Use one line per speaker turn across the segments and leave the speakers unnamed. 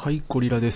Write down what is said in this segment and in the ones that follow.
はい、ゴリラです。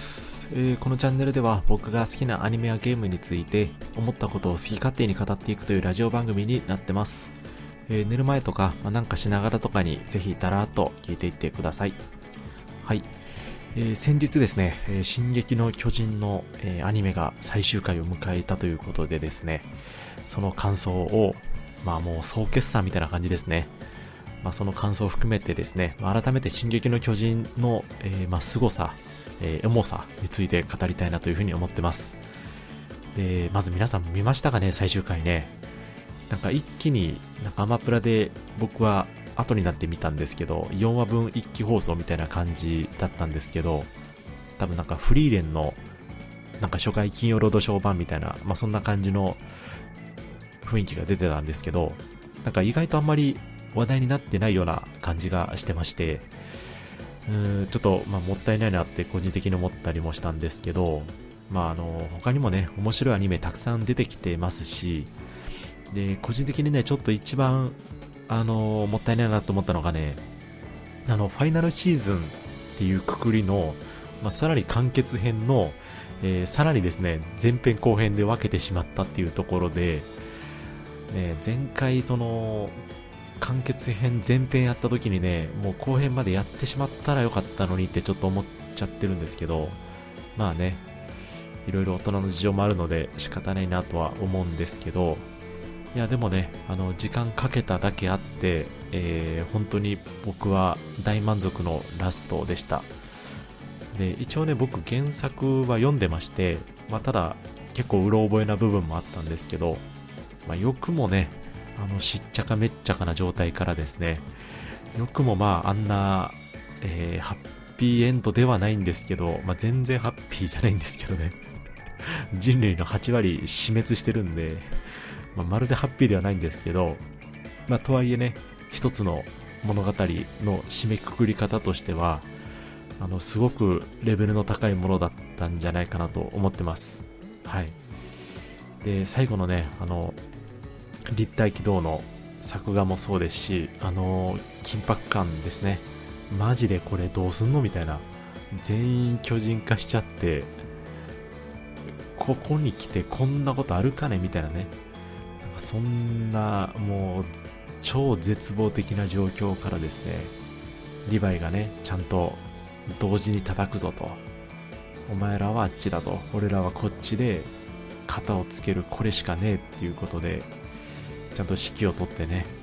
このチャンネルでは僕が好きなアニメやゲームについて思ったことを好き勝手に語っていくというラジオ番組になってます。寝る前とか、なんかしながらとかにぜひだらーっと聞いていってください。はい、先日ですね、進撃の巨人の、アニメが最終回を迎えたということでですね、その感想をもう総決算みたいな感じですね。その感想を含めてですね、改めて進撃の巨人の、凄さ、エモさについて語りたいなというふうに思ってます。で、まず皆さん見ましたかね、最終回ね。なんか一気に、アマプラで僕は後になって見たんですけど、4話分一気放送みたいな感じだったんですけど、多分フリーレンの初回金曜ロードショー版みたいな、そんな感じの雰囲気が出てたんですけど、意外とあんまり話題になってないような感じがしてまして、ちょっともったいないなって個人的に思ったりもしたんですけど、他にもね、面白いアニメたくさん出てきてますし、で、個人的にね、ちょっと一番もったいないなと思ったのがね、ファイナルシーズンっていうくくりの、さらに完結編の、さらにですね、前編後編で分けてしまったっていうところで、前回完結編前編やった時にね、もう後編までやってしまったらよかったのにってちょっと思っちゃってるんですけど、いろいろ大人の事情もあるので仕方ないなとは思うんですけど、いやでもね、時間かけただけあって、本当に僕は大満足のラストでした。で、一応ね、僕原作は読んでまして、ただ結構うろ覚えな部分もあったんですけど、よくもね、しっちゃかめっちゃかな状態からですね、よくもあんな、ハッピーエンドではないんですけど、全然ハッピーじゃないんですけどね人類の8割死滅してるんで、まるでハッピーではないんですけど、とはいえね、一つの物語の締めくくり方としてはすごくレベルの高いものだったんじゃないかなと思ってます。はい。で、最後のね、立体軌道の作画もそうですし、緊迫感ですね。マジでこれどうすんのみたいな、全員巨人化しちゃってここに来てこんなことあるかねみたいなね、そんなもう超絶望的な状況からですね、リヴァイがね、ちゃんと同時に叩くぞと、お前らはあっちだと、俺らはこっちで肩をつける、これしかねえっていうことでちゃんと指揮を取ってね、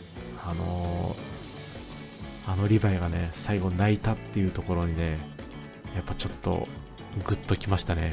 リヴァイがね、最後泣いたっていうところにね、やっぱちょっとグッときましたね。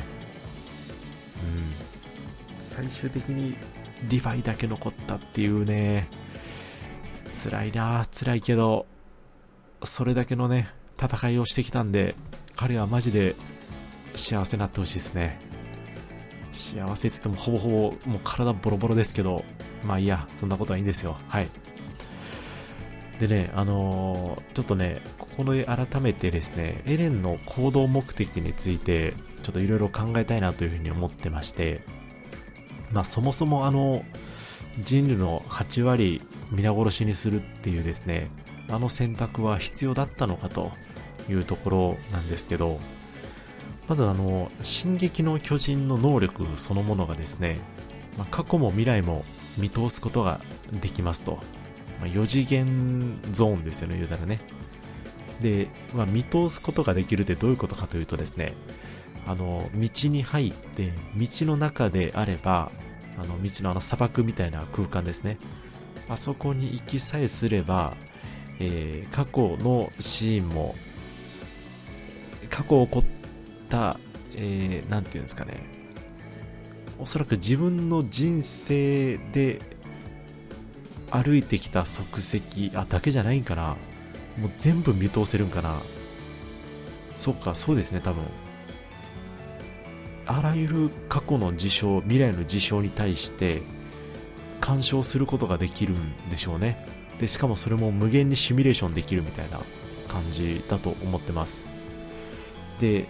最終的にリヴァイだけ残ったっていうね、辛いけど、それだけのね、戦いをしてきたんで、彼はマジで幸せになってほしいですね。幸せって言ってもほぼほぼもう体ボロボロですけど、いいや、そんなことはいいんですよ。はい。でね、ちょっとね、ここで改めてですね、エレンの行動目的についてちょっといろいろ考えたいなというふうに思ってまして、そもそも人類の8割皆殺しにするっていうですね、選択は必要だったのかというところなんですけど、まず進撃の巨人の能力そのものがですね、過去も未来も見通すことができますと。4次元ゾーンですよね、言うたらね。で、見通すことができるってどういうことかというとですね、道に入って道の中であれば、道の砂漠みたいな空間ですね、あそこに行きさえすれば、過去のシーンも、過去起こったなんていうんですかね、おそらく自分の人生で歩いてきた足跡だけじゃないんかな、もう全部見通せるんかな。そっか、そうですね、多分あらゆる過去の事象、未来の事象に対して干渉することができるんでしょうね。で、しかもそれも無限にシミュレーションできるみたいな感じだと思ってます。で、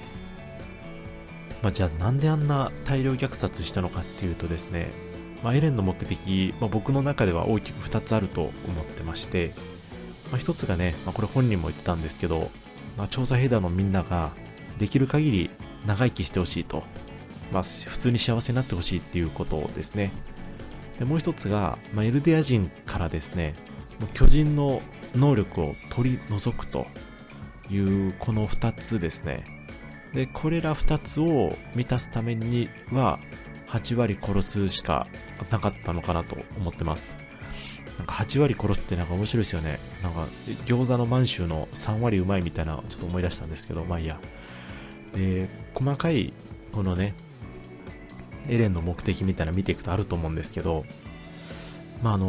じゃあなんであんな大量虐殺したのかっていうとですね、エレンの目的、僕の中では大きく2つあると思ってまして、1つがね、これ本人も言ってたんですけど、調査兵団のみんなができる限り長生きしてほしいと、普通に幸せになってほしいっていうことですね。でもう一つが、エルディア人からですね、巨人の能力を取り除くというこの2つですね。でこれら2つを満たすためには8割殺すしかなかったのかなと思ってます。なんか8割殺すってなんか面白いですよね。なんか餃子の満州の3割うまいみたいなちょっと思い出したんですけど、いいや。で細かいこのねエレンの目的みたいなの見ていくとあると思うんですけど、なん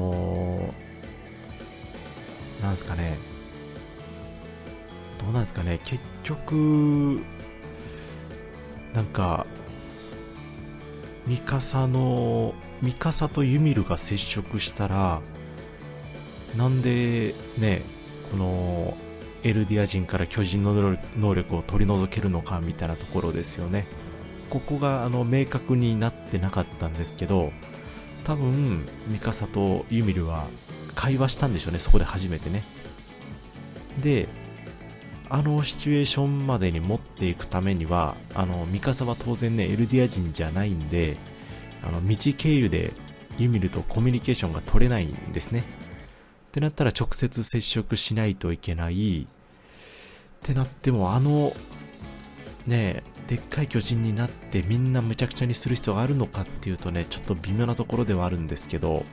ですかね、どうなんですかね、結局なんかミカサとユミルが接触したら、なんでねこのエルディア人から巨人の能力を取り除けるのかみたいなところですよね。ここが明確になってなかったんですけど、多分ミカサとユミルは会話したんでしょうね、そこで初めてね。でシチュエーションまでに持っていくためにはミカサは当然ねエルディア人じゃないんで、道経由でユミルとコミュニケーションが取れないんですね。ってなったら直接接触しないといけないってなっても、ねでっかい巨人になってみんなむちゃくちゃにする必要があるのかっていうとね、ちょっと微妙なところではあるんですけど、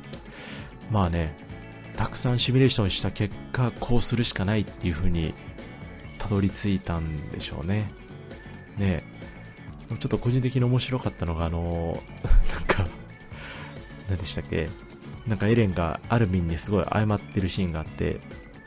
たくさんシミュレーションした結果こうするしかないっていう風にたどり着いたんでしょうね。ちょっと個人的に面白かったのが何でしたっけ、エレンがアルミンにすごい謝ってるシーンがあって、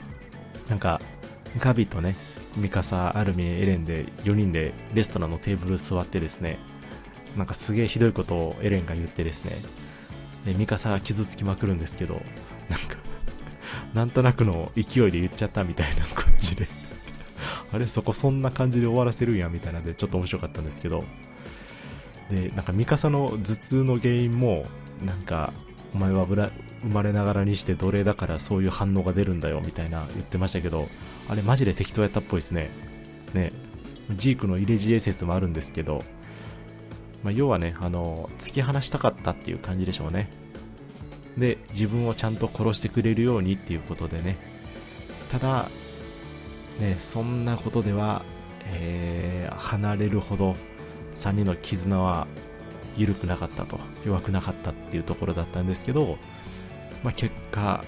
ガビとねミカサ、アルミン、エレンで4人でレストランのテーブル座ってですね、すげえひどいことをエレンが言ってですね、でミカサが傷つきまくるんですけど、なんとなくの勢いで言っちゃったみたいなこっちであれそこそんな感じで終わらせるんやみたいなのでちょっと面白かったんですけど、でミカサの頭痛の原因もお前は生まれながらにして奴隷だからそういう反応が出るんだよみたいな言ってましたけど、あれマジで適当やったっぽいですね。ジークの入れ知恵説もあるんですけど、要はね突き放したかったっていう感じでしょうね。で自分をちゃんと殺してくれるようにっていうことでね、ただねそんなことでは、離れるほど3人の絆は緩くなかったと、弱くなかったっていうところだったんですけど、結果、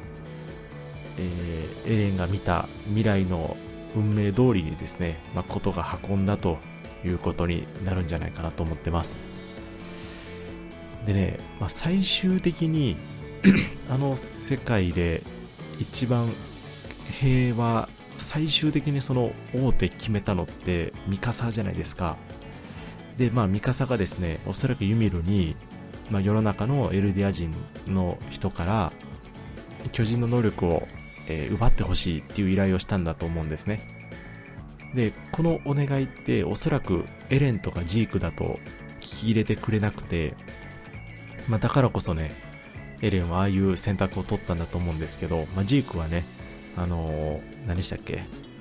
エレンが見た未来の運命通りにですね、ことが運んだということになるんじゃないかなと思ってます。でね、最終的に世界で一番平和、最終的にその大手決めたのってミカサじゃないですか。でミカサがですね、おそらくユミルに、世の中のエルディア人の人から巨人の能力を、奪ってほしいっていう依頼をしたんだと思うんですね。でこのお願いっておそらくエレンとかジークだと聞き入れてくれなくて、だからこそねエレンはああいう選択を取ったんだと思うんですけど、ジークはね何でしたっけ、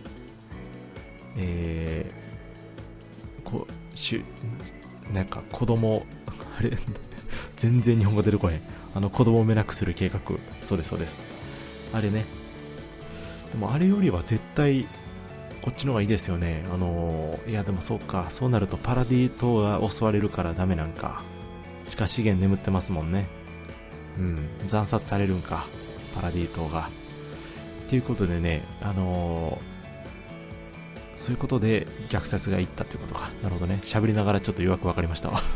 子供あれ全然日本語出てこへん、子供を産めなくする計画、そうですあれね。でもあれよりは絶対こっちの方がいいですよね。いやでもそうか、そうなるとパラディ島が襲われるからダメなんか。地下資源眠ってますもんね。惨殺されるんか、パラディ島が。っていうことでね、そういうことで虐殺がいったっていうことか。なるほどね。喋りながらちょっと弱く分かりましたわ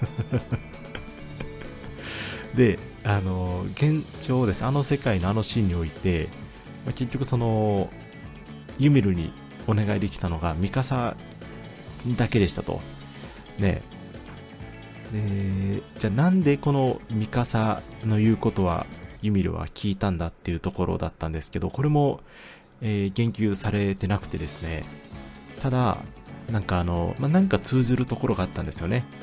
で、現状です。世界のシーンにおいて、結局そのユミルにお願いできたのがミカサだけでしたと。でじゃあなんでこのミカサの言うことはユミルは聞いたんだっていうところだったんですけど、これも、言及されてなくてですね、ただなんか通ずるところがあったんですよね。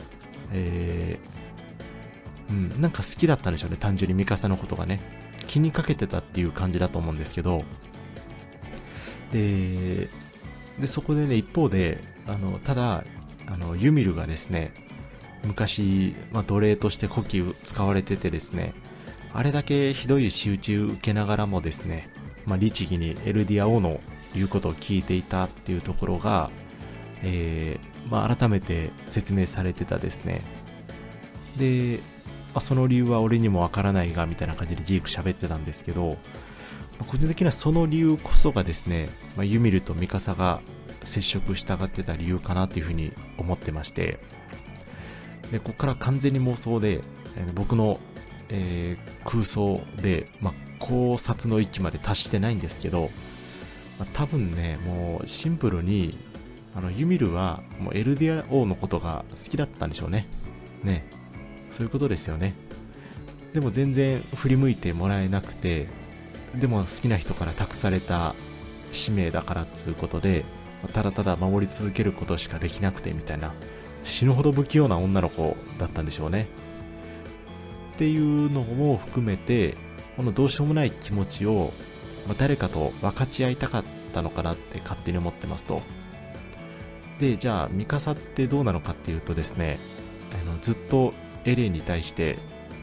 なんか好きだったんでしょうね、単純にミカサのことがね、気にかけてたっていう感じだと思うんですけど、ででそこでね、一方でただユミルがですね、昔、奴隷として古希使われててですね、あれだけひどい仕打ちを受けながらもですね、律儀にエルディア王の言うことを聞いていたっていうところが、改めて説明されてたですね。で、その理由は俺にもわからないがみたいな感じでジーク喋ってたんですけど、個人的にはその理由こそがですね、ユミルとミカサが接触したがってた理由かなというふうに思ってまして、でここから完全に妄想で、僕の、空想で、考察の域まで達してないんですけど、多分ね、もうシンプルにユミルはもうエルディア王のことが好きだったんでしょうね。ね、そういうことですよね。でも全然振り向いてもらえなくて、でも好きな人から託された使命だからっつうことで、ただただ守り続けることしかできなくてみたいな、死ぬほど不器用な女の子だったんでしょうね。っていうのも含めて、このどうしようもない気持ちを誰かと分かち合いたかったのかなって勝手に思ってますと。で、じゃあミカサってどうなのかっていうとですね、ずっとエレンに対して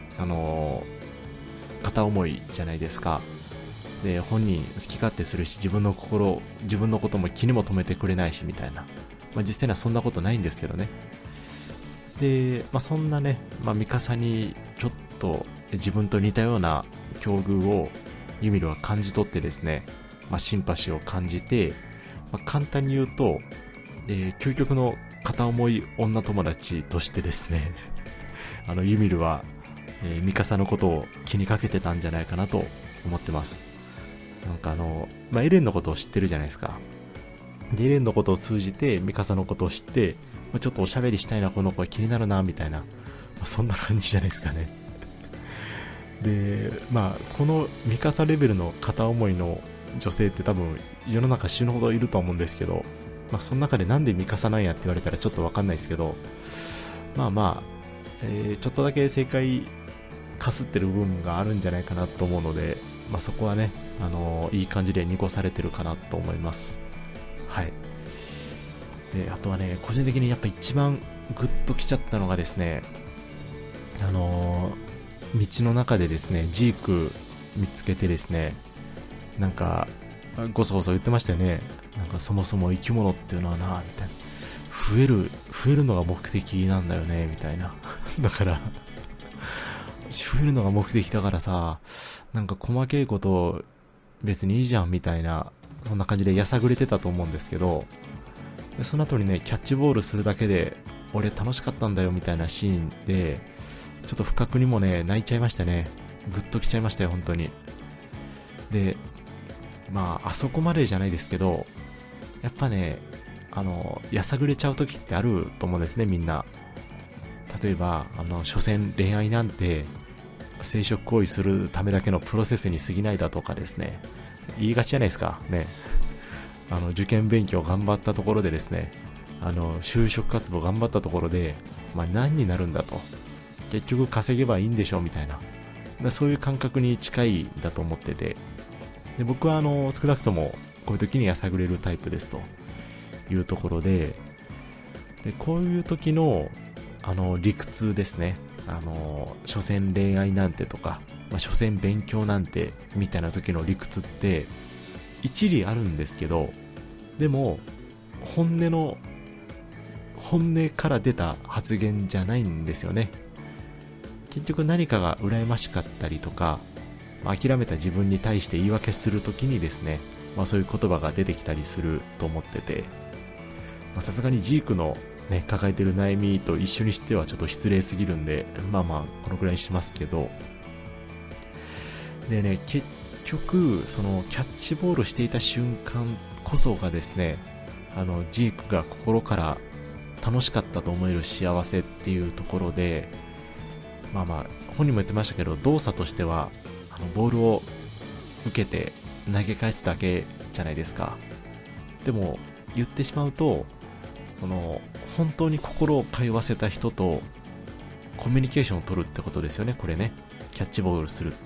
片思いじゃないですか。で、本人好き勝手するし、自分のことも気にも留めてくれないしみたいな、実際にはそんなことないんですけどね。で、そんなね、ミカサにちょっと自分と似たような境遇をユミルは感じ取ってですね、シンパシーを感じて、簡単に言うと、究極の片思い女友達としてですねユミルは、ミカサのことを気にかけてたんじゃないかなと思ってます。なんかエレンのことを知ってるじゃないですか。で、エレンのことを通じてミカサのことを知って、ちょっとおしゃべりしたいな、この子は気になるなみたいな、そんな感じじゃないですかね。で、このミカサレベルの片思いの女性って多分世の中死ぬほどいると思うんですけど、その中でなんでミカサなんやって言われたらちょっとわかんないですけど、ちょっとだけ正解かすってる部分があるんじゃないかなと思うので、そこはね、いい感じで濁されてるかなと思います。はい。で、あとはね、個人的にやっぱ一番グッときちゃったのがですね、道の中でですね、ジーク見つけてですね、なんかごそごそ言ってましたよね。なんかそもそも生き物っていうのはな、みたいな、増えるのが目的なんだよねみたいなだから増えるのが目的だからさ、なんか細けいこと別にいいじゃんみたいな、そんな感じでやさぐれてたと思うんですけど、でその後にね、キャッチボールするだけで俺楽しかったんだよみたいなシーンで、ちょっと不覚にもね泣いちゃいましたね。グッときちゃいましたよ本当に。で、あそこまでじゃないですけど、やっぱね、やさぐれちゃう時ってあると思うんですね、みんな。例えば所詮恋愛なんて生殖行為するためだけのプロセスに過ぎないだとかですね、言いがちじゃないですかね。受験勉強頑張ったところでですね、就職活動頑張ったところで、何になるんだと、結局稼げばいいんでしょみたいな、そういう感覚に近いんだと思ってて、で僕は少なくともこういう時にやさぐれるタイプですというところで、こういう時の理屈ですね、所詮恋愛なんてとか、所詮勉強なんてみたいな時の理屈って一理あるんですけど、でも本音から出た発言じゃないんですよね。結局何かが羨ましかったりとか、諦めた自分に対して言い訳するときにですね、そういう言葉が出てきたりすると思ってて、さすがにジークのね、抱えてる悩みと一緒にしてはちょっと失礼すぎるんで、このくらいにしますけど、でね、結局そのキャッチボールしていた瞬間こそがですね、ジークが心から楽しかったと思える幸せっていうところで、本人も言ってましたけど、動作としてはボールを受けて投げ返すだけじゃないですか。でも言ってしまうと、本当に心を通わせた人とコミュニケーションを取るってことですよね、これね、キャッチボールするって。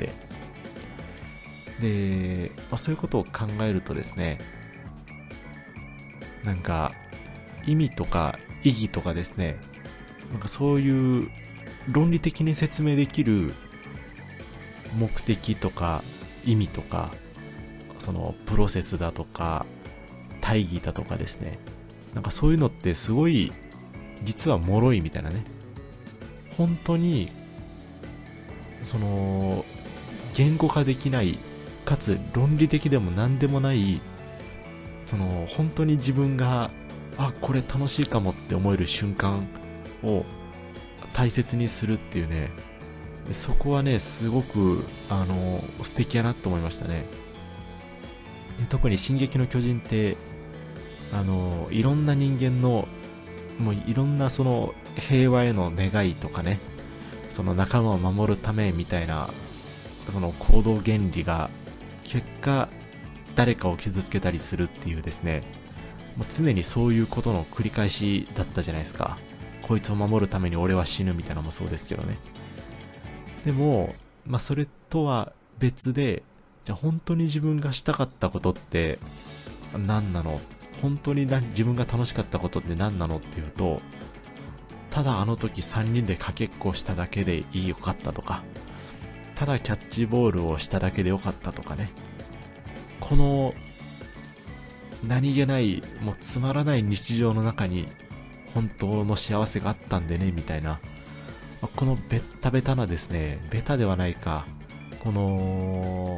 で、そういうことを考えるとですね、 なんか意味とか意義とかですね、なんかそういう論理的に説明できる目的とか意味とか、そのプロセスだとか大義だとかですね、なんかそういうのってすごい実は脆いみたいなね、本当にその言語化できないかつ論理的でも何でもない、その本当に自分がこれ楽しいかもって思える瞬間を大切にするっていうね、そこはねすごく素敵やなと思いましたね。で特に進撃の巨人っていろんな人間のもういろんなその平和への願いとかね、その仲間を守るためみたいなその行動原理が結果誰かを傷つけたりするっていうですね、もう常にそういうことの繰り返しだったじゃないですか。こいつを守るために俺は死ぬみたいなのもそうですけどね。でもそれとは別で、じゃあ本当に自分がしたかったことって何なの、本当に自分が楽しかったことって何なのっていうと、ただあの時3人でかけっこをしただけでよかったとか、ただキャッチボールをしただけでよかったとかね、この何気ないもうつまらない日常の中に本当の幸せがあったんでねみたいな、このベッタベタなですね、ベタではないか、この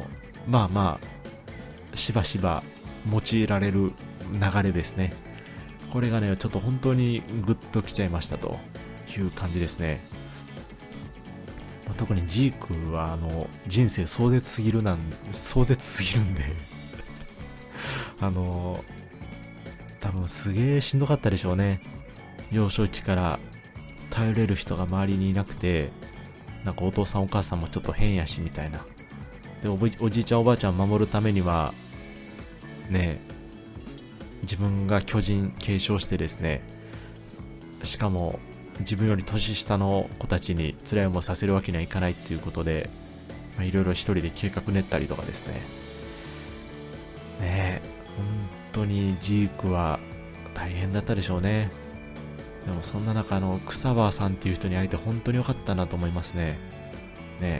しばしば用いられる流れですね。これがねちょっと本当にグッときちゃいましたという感じですね。特にジークは人生壮絶すぎるんで多分すげえしんどかったでしょうね。幼少期から頼れる人が周りにいなくて、なんかお父さんお母さんもちょっと変やしみたいな。でおじいちゃんおばあちゃん守るためにはね、自分が巨人継承してですね、しかも自分より年下の子たちに辛い思いさせるわけにはいかないっていうことで、いろいろ一人で計画練ったりとかですね。ねえ、本当にジークは大変だったでしょうね。でもそんな中草葉さんっていう人に会えて本当に良かったなと思いますね。ね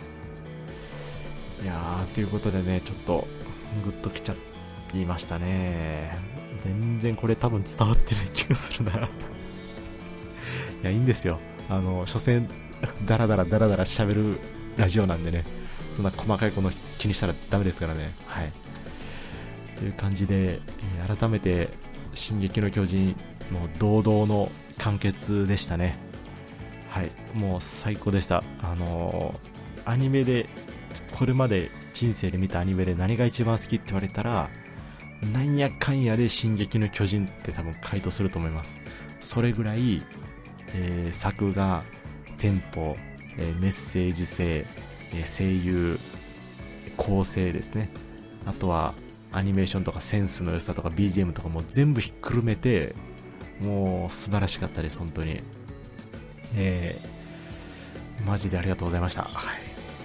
え。いやー、ということでね、ちょっとグッときちゃいましたね。全然これ多分伝わってない気がするな。いや、いいんですよ。所詮ダラダラ喋るラジオなんでね、そんな細かいこと気にしたらダメですからね。はい。という感じで、改めて進撃の巨人もう堂々の完結でしたね。はい、もう最高でした。アニメでこれまで人生で見たアニメで何が一番好きって言われたら、なんやかんやで進撃の巨人って多分回答すると思います。それぐらい、作画、テンポ、メッセージ性、声優、構成ですね。あとはアニメーションとかセンスの良さとか BGM とかも全部ひっくるめて、もう素晴らしかったです、本当に。マジでありがとうございました。はい。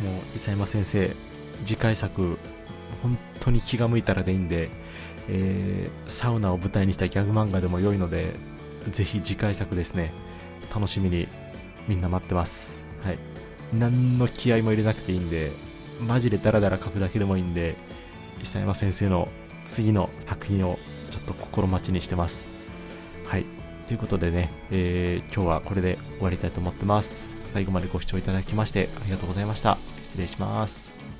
もう伊佐山先生、次回作本当に気が向いたらでいいんで、サウナを舞台にしたギャグ漫画でも良いので、ぜひ次回作ですね、楽しみにみんな待ってます。はい。何の気合も入れなくていいんで、マジでダラダラ書くだけでもいいんで、伊佐山先生の次の作品をちょっと心待ちにしてます。はい。ということでね、今日はこれで終わりたいと思ってます。最後までご視聴いただきましてありがとうございました。失礼します。